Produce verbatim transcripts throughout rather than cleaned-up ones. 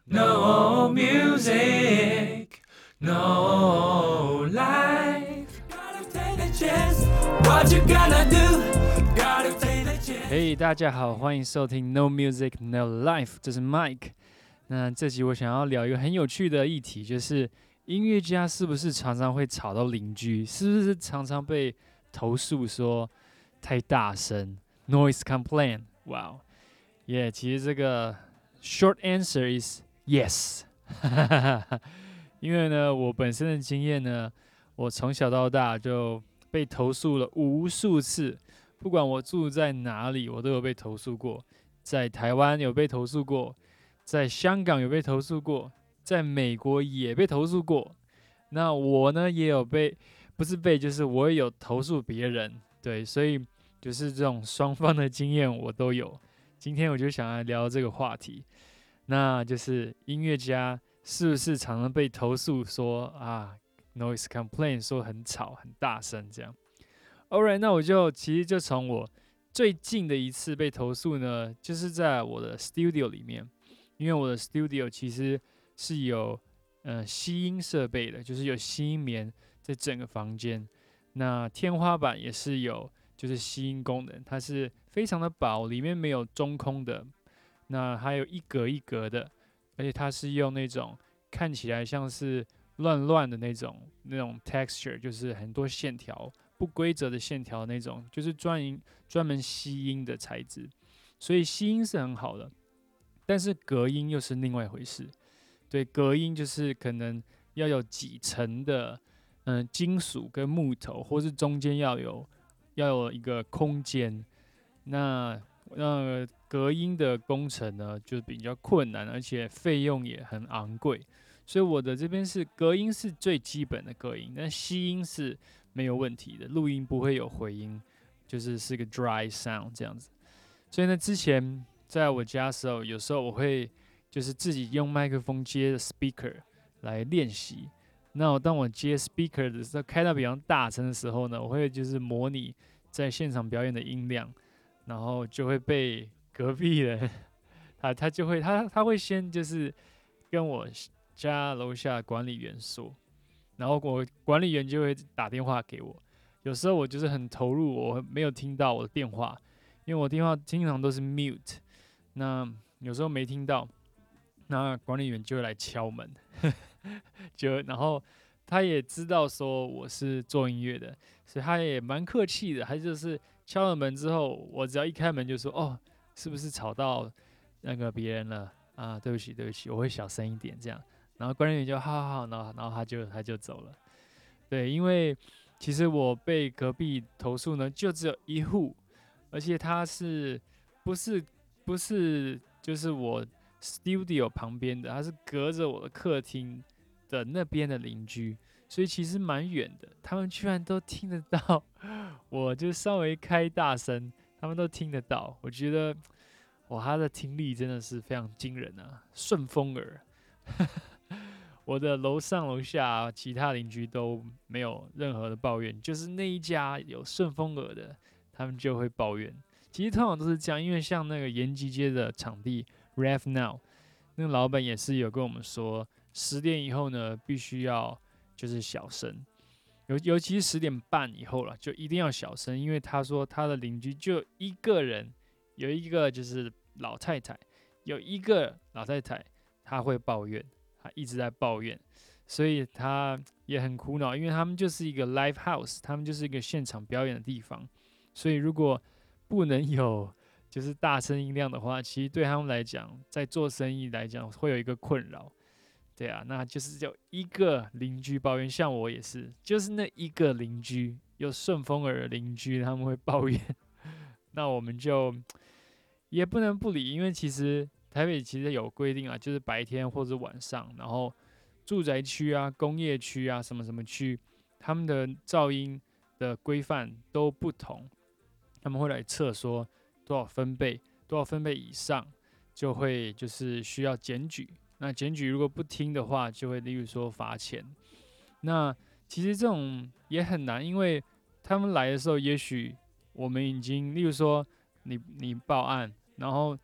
No music, no life. Gotta take a chance. What you gonna do? Gotta take a chance. 嘿、hey, 大家好，欢迎收听 No Music No Life， 这是 Mike。那这集我想要聊一个很有趣的议题，就是音乐家是不是常常会吵到邻居？是不是常常被投诉说太大声 （noise complaint）？ 哇、wow ，耶！其实这个 short answer is yes 。因为呢，我本身的经验呢，我从小到大就被投诉了无数次。不管我住在哪里，我都有被投诉过。在台湾有被投诉过，在香港有被投诉过，在美国也被投诉过。那我呢也有被，不是被，就是我也有投诉别人。对，所以就是这种双方的经验我都有。今天我就想来聊这个话题，那就是音乐家是不是常常被投诉说啊 noise complaint 说很吵很大声这样。Alright， 那我就其实就从我最近的一次被投诉呢，就是在我的 studio 里面，因为我的 studio 其实是有呃吸音设备的，就是有吸音棉在整个房间，那天花板也是有就是吸音功能，它是非常的薄，里面没有中空的，那还有一格一格的，而且它是用那种看起来像是乱乱的那种那种 texture， 就是很多线条。不规则的线条那种，就是专营专门吸音的材质，所以吸音是很好的，但是隔音又是另外一回事。对，隔音就是可能要有几层的，嗯、呃，金属跟木头，或是中间要有要有一个空间。那那隔音的工程呢，就比较困难，而且费用也很昂贵。所以我的这边是隔音是最基本的隔音，但吸音是没有问题的，录音不会有回音，就是是个 dry sound 这样子。所以呢，之前在我家的时候，有时候我会就是自己用麦克风接 speaker 来练习。那我当我接 speaker 的时候，开到比较大声的时候呢，我会就是模拟在现场表演的音量，然后就会被隔壁人他他就会他他会先就是跟我家楼下管理员说。然后我管理员就会打电话给我，有时候我就是很投入，我没有听到我的电话，因为我电话经常都是 mute， 那有时候没听到，那管理员就会来敲门，就然后他也知道说我是做音乐的，所以他也蛮客气的，他就是敲了门之后，我只要一开门就说哦，是不是吵到那个别人了啊？对不起，对不起，我会小声一点这样。然后管理员就好好好，然后然后他就他就走了。对，因为其实我被隔壁投诉呢，就只有一户，而且他是不是不是就是我 studio 旁边的，他是隔着我的客厅的那边的邻居，所以其实蛮远的。他们居然都听得到，我就稍微开大声，他们都听得到。我觉得哇，他的听力真的是非常惊人啊，顺风耳。我的楼上楼下其他邻居都没有任何的抱怨，就是那一家有顺风耳的，他们就会抱怨。其实通常都是这样，因为像那个延吉街的场地 Rave Now， 那个老板也是有跟我们说，十点以后呢必须要就是小声，尤尤其是十点半以后了，就一定要小声，因为他说他的邻居就一个人，有一个就是老太太，有一个老太太她会抱怨。他一直在抱怨，所以他也很苦恼，因为他们就是一个 live house， 他们就是一个现场表演的地方，所以如果不能有就是大声音量的话，其实对他们来讲，在做生意来讲会有一个困扰。对啊，那就是有一个邻居抱怨，像我也是，就是那一个邻居有顺风耳的邻居，他们会抱怨，那我们就也不能不理，因为其实台北其实有规定啊，就是白天或者晚上，然后住宅区啊、工业区啊、什么什么区，他们的噪音的规范都不同，他们会来测说多少分贝，多少分贝以上就会就是需要检举。那检举如果不听的话，就会例如说罚钱。那其实这种也很难，因为他们来的时候，也许我们已经，例如说你你报案，然后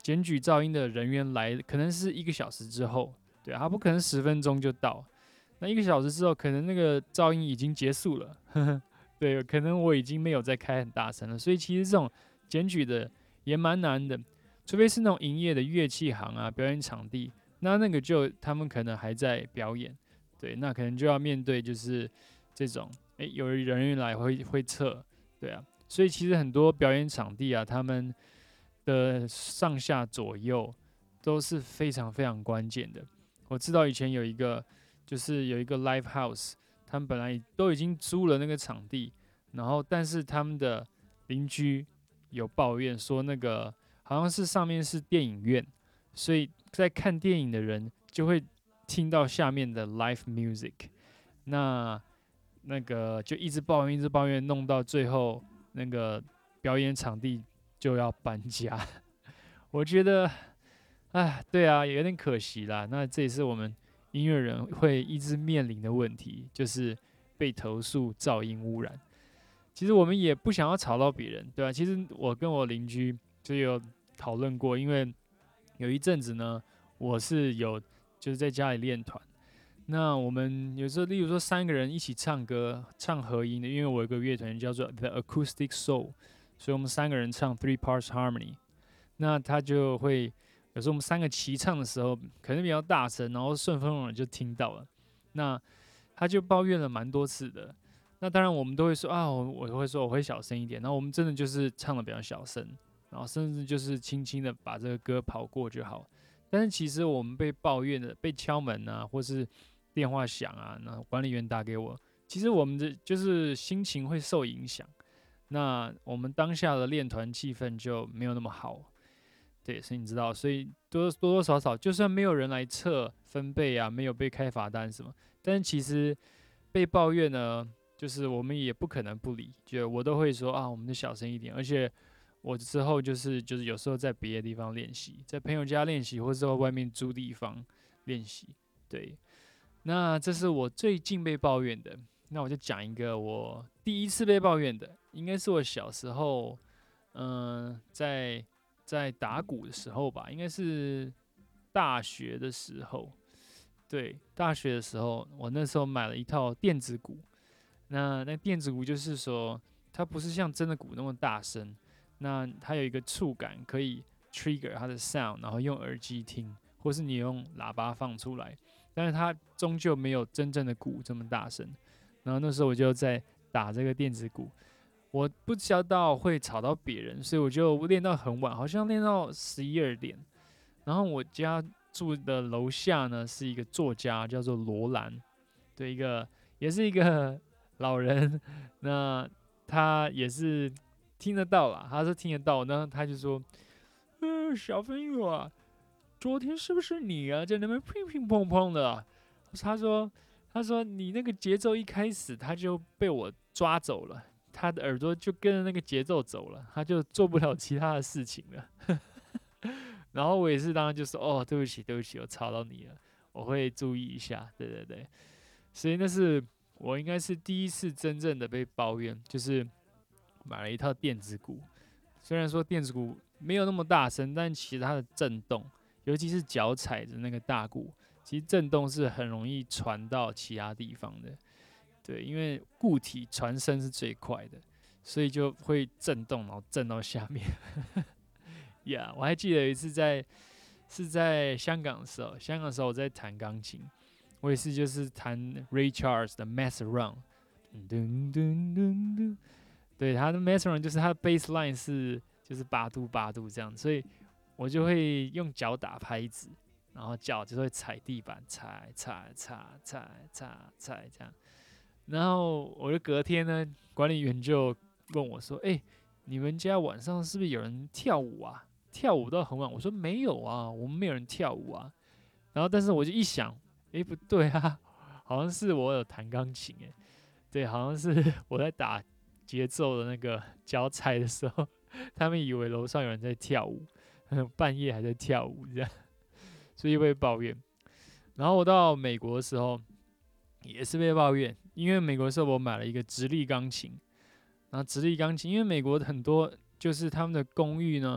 检举噪音的人员来，可能是一个小时之后，对，他不可能十分钟就到。那一个小时之后，可能那个噪音已经结束了，呵呵，对，可能我已经没有再开很大声了。所以其实这种检举的也蛮难的，除非是那种营业的乐器行啊、表演场地，那那个就他们可能还在表演，对，那可能就要面对就是这种，诶，有人员来会会测，对啊，所以其实很多表演场地啊，他们的上下左右都是非常非常关键的。我知道以前有一个，就是有一个 live house，他们本来都已经租了那个场地，然后但是他们的邻居有抱怨说，那个好像是上面是电影院，所以在看电影的人就会听到下面的 live music，那那个就一直抱怨，一直抱怨，弄到最后那个表演场地就要搬家。我觉得，哎，对啊，有点可惜啦。那这也是我们音乐人会一直面临的问题，就是被投诉噪音污染。其实我们也不想要吵到别人，对吧、啊？其实我跟我邻居就有讨论过，因为有一阵子呢，我是有就是在家里练团。那我们有时候，例如说三个人一起唱歌，唱合音的，因为我有个乐团叫做 The Acoustic Soul，所以我们三个人唱 three parts harmony。那他就会有时候我们三个齐唱的时候，可能比较大声，然后顺风耳就听到了。那他就抱怨了蛮多次的。那当然我们都会说啊，我我会说我会小声一点。然后我们真的就是唱的比较小声，然后甚至就是轻轻的把这个歌跑过就好。但是其实我们被抱怨的，被敲门啊，或是电话响啊，那管理员打给我，其实我们的就是心情会受影响。那我们当下的练团气氛就没有那么好，对，所以你知道，所以多多多少少，就算没有人来测分贝啊，没有被开罚单什么，但是其实被抱怨呢，就是我们也不可能不理，就我都会说啊，我们就小声一点，而且我之后就是就是有时候在别的地方练习，在朋友家练习，或者在外面租地方练习，对。那这是我最近被抱怨的。那我就讲一个我第一次被抱怨的，应该是我小时候，嗯、呃，在在打鼓的时候吧，应该是大学的时候。对，大学的时候，我那时候买了一套电子鼓。那那电子鼓就是说，它不是像真的鼓那么大声，那它有一个触感可以 trigger 它的 sound，然后用耳机听，或是你用喇叭放出来。但是它终究没有真正的鼓这么大声。然后那时候我就在打这个电子鼓，我不知道会吵到别人，所以我就练到很晚，好像练到十一二点。然后我家住的楼下呢是一个作家，叫做罗兰，对，一个也是一个老人，那他也是听得到啦，他是听得到，然后他就说：“嗯，小朋友啊，昨天是不是你啊，在那边乒乒乓乓的啊？”他说：“他说你那个节奏一开始他就被我抓走了，他的耳朵就跟着那个节奏走了，他就做不了其他的事情了。”然后我也是当时就说：“哦，对不起，对不起，我吵到你了，我会注意一下。”对对对，所以那是我应该是第一次真正的被抱怨，就是买了一套电子鼓。虽然说电子鼓没有那么大声，但其实它的震动，尤其是脚踩着那个大鼓，其实震动是很容易传到其他地方的。对，因为固体传声是最快的，所以就会震动，然后震到下面。呀、yeah, 我还记得有一次在是在香港的时候，香港的时候我在弹钢琴，我也是就是弹 Ray Charles 的 Mess Around， 噔噔噔噔，对，他的 Mess Around 就是他的 bass line 是就是八度八度这样，所以我就会用脚打拍子，然后脚就会踩地板，踩踩踩踩踩踩这样。然后我就隔天呢，管理员就问我说：“哎、欸，你们家晚上是不是有人跳舞啊？跳舞到很晚？”我说：“没有啊，我们没有人跳舞啊。”然后但是我就一想，哎、欸，不对啊，好像是我有弹钢琴哎，对，好像是我在打节奏的那个脚踩的时候，他们以为楼上有人在跳舞，半夜还在跳舞这样，所以被抱怨。然后我到美国的时候也是被抱怨，因为美国的时候我买了一个直立钢琴，然后直立钢琴，因为美国很多就是他们的公寓呢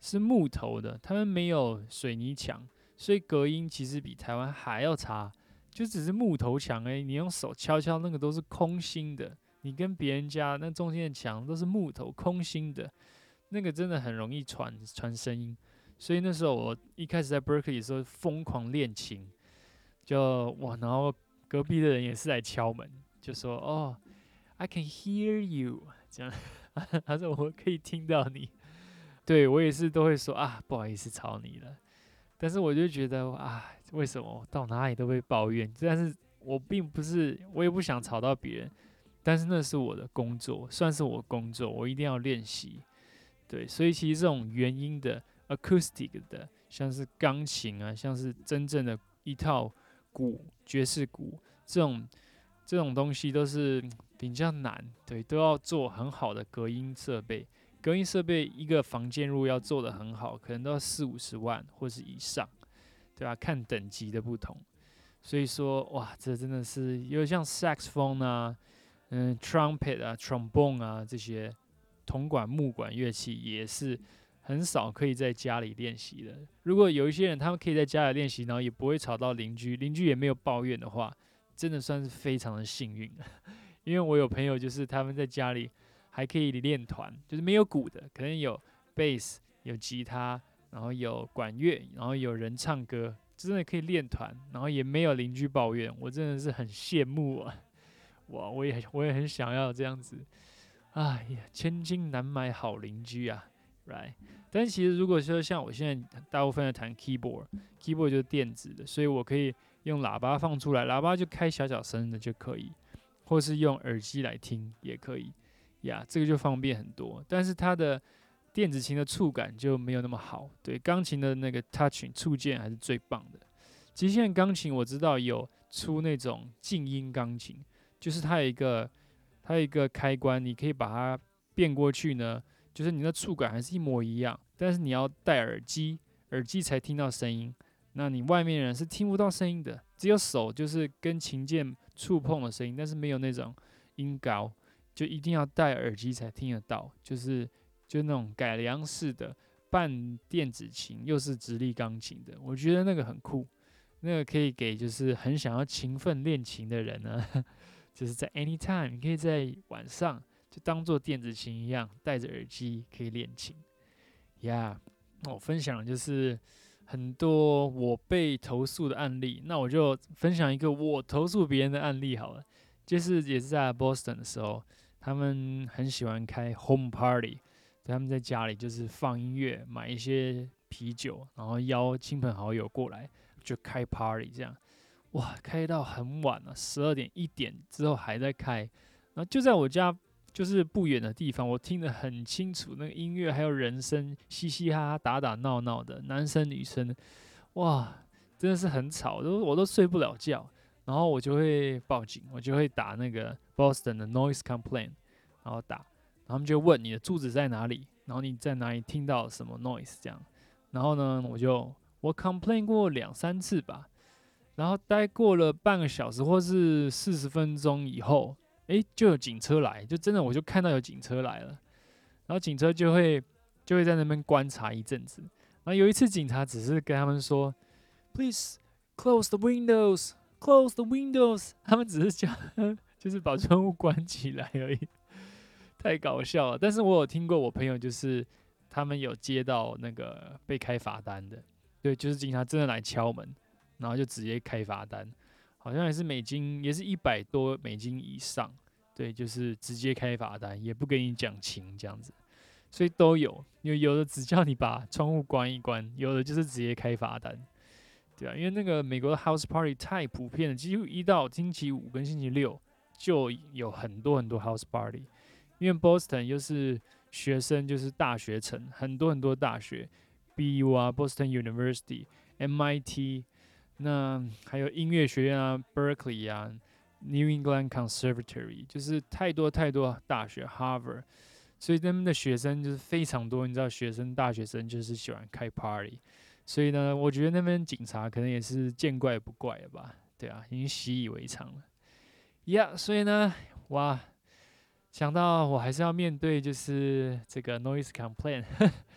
是木头的，他们没有水泥墙，所以隔音其实比台湾还要差。就只是木头墙而已，你用手敲敲那个都是空心的，你跟别人家那中间的墙都是木头空心的，那个真的很容易传传声音。所以那时候我一开始在 Berkeley 的时候疯狂练琴，就哇，然后隔壁的人也是来敲门，就说哦，I can hear you，这样，他说我可以听到你。对我也是都会说啊，不好意思吵你了。但是我就觉得啊，为什么到哪里都会抱怨？但是我并不是，我也不想吵到别人。但是那是我的工作，算是我工作，我一定要练习。对，所以其实这种原音的 acoustic 的，像是钢琴啊，像是真正的一套鼓，爵士鼓这种这种东西都是比较难，对，都要做很好的隔音设备。隔音设备一个房间如果要做得很好，可能都要四五十万或是以上，对吧、啊？看等级的不同。所以说，哇，这真的是有点像 saxophone 啊，嗯，trumpet 啊，trombone 啊这些铜管、木管乐器也是很少可以在家里练习的。如果有一些人他们可以在家里练习，然后也不会吵到邻居，邻居也没有抱怨的话，真的算是非常的幸运。因为我有朋友就是他们在家里还可以练团，就是没有鼓的，可能有 bass、有吉他，然后有管乐，然后有人唱歌，真的可以练团，然后也没有邻居抱怨，我真的是很羡慕啊！哇，我也我也很想要这样子。哎呀，千金难买好邻居啊，right？但其实如果说像我现在大部分的弹 keyboard，keyboard 就是电子的，所以我可以用喇叭放出来，喇叭就开小小声的就可以，或是用耳机来听也可以。呀，这个就方便很多，但是它的电子琴的触感就没有那么好。对，钢琴的那个 touching 触键还是最棒的。其实现在钢琴我知道有出那种静音钢琴，就是它有一个它有一个开关，你可以把它变过去呢，就是你的触感还是一模一样，但是你要戴耳机，耳机才听到声音。那你外面人是听不到声音的，只有手就是跟琴键触碰的声音，但是没有那种音高。就一定要戴耳机才听得到，就是就那种改良式的半电子琴，又是直立钢琴的，我觉得那个很酷，那个可以给就是很想要勤奋练琴的人呢，就是在 anytime， 你可以在晚上就当做电子琴一样，戴着耳机可以练琴。呀、yeah, 我分享的就是很多我被投诉的案例，那我就分享一个我投诉别人的案例好了，就是也是在 Boston 的时候。他们很喜欢开 home party， 他们在家里就是放音乐，买一些啤酒，然后邀亲朋好友过来，就开 party 这样。哇，开到很晚了，十二点、一点之后还在开。然后就在我家就是不远的地方，我听得很清楚，那个音乐还有人声，嘻嘻哈哈、打打闹闹的，男生女生，哇，真的是很吵，都我都睡不了觉。然后我就会报警，我就会打那个 Boston 的 noise complaint， 然后打，然后他们就问你的住址在哪里，然后你在哪里听到什么 noise 这样，然后呢，我就我 complain 过两三次吧，然后待过了半个小时或是四十分钟以后，诶，就有警车来，就真的我就看到有警车来了，然后警车就会就会在那边观察一阵子，然后有一次警察只是跟他们说 ，Please close the windows。Close the windows， 他们只是叫，就是把窗户关起来而已，太搞笑了。但是我有听过我朋友，就是他们有接到那个被开罚单的，对，就是警察真的来敲门，然后就直接开罚单，好像也是美金，也是一百多美金以上，对，就是直接开罚单，也不跟你讲情这样子，所以都有，有有的只叫你把窗户关一关，有的就是直接开罚单。对啊，因为那个美国的 house party 太普遍了，几乎一到星期五跟星期六就有很多很多 house party。因为 Boston 又是学生，就是大学城，很多很多大学 ，B U 啊 ，Boston University、M I T， 那还有音乐学院啊 ，Berkeley 啊 ，New England Conservatory， 就是太多太多大学 ，Harvard， 所以他们的学生就是非常多。你知道，学生大学生就是喜欢开 party。所以呢，我觉得那边警察可能也是见怪不怪了吧，对啊，已经习以为常了。呀、yeah, 所以呢，哇，想到我还是要面对就是这个 noise complaint，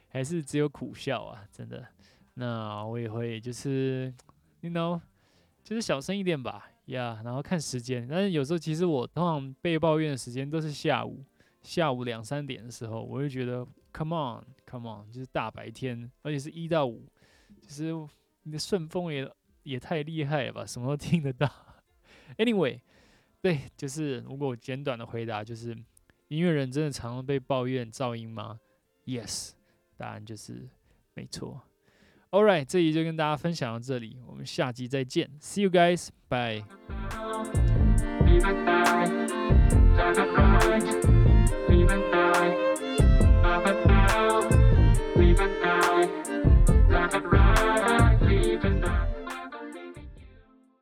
还是只有苦笑啊，真的。那我也会就是，you know，就是小声一点吧，呀、yeah, 然后看时间。但是有时候其实我通常被抱怨的时间都是下午，下午两三点的时候，我会觉得 come on come on，就是大白天，而且是一到五，就是你的顺风也也太厉害了吧，什么都听得到。Anyway， 对，就是如果我简短的回答就是，音乐人真的常常被抱怨噪音吗 ？Yes， 答案就是没错。Alright， 这集就跟大家分享到这里，我们下集再见 ，See you guys，bye。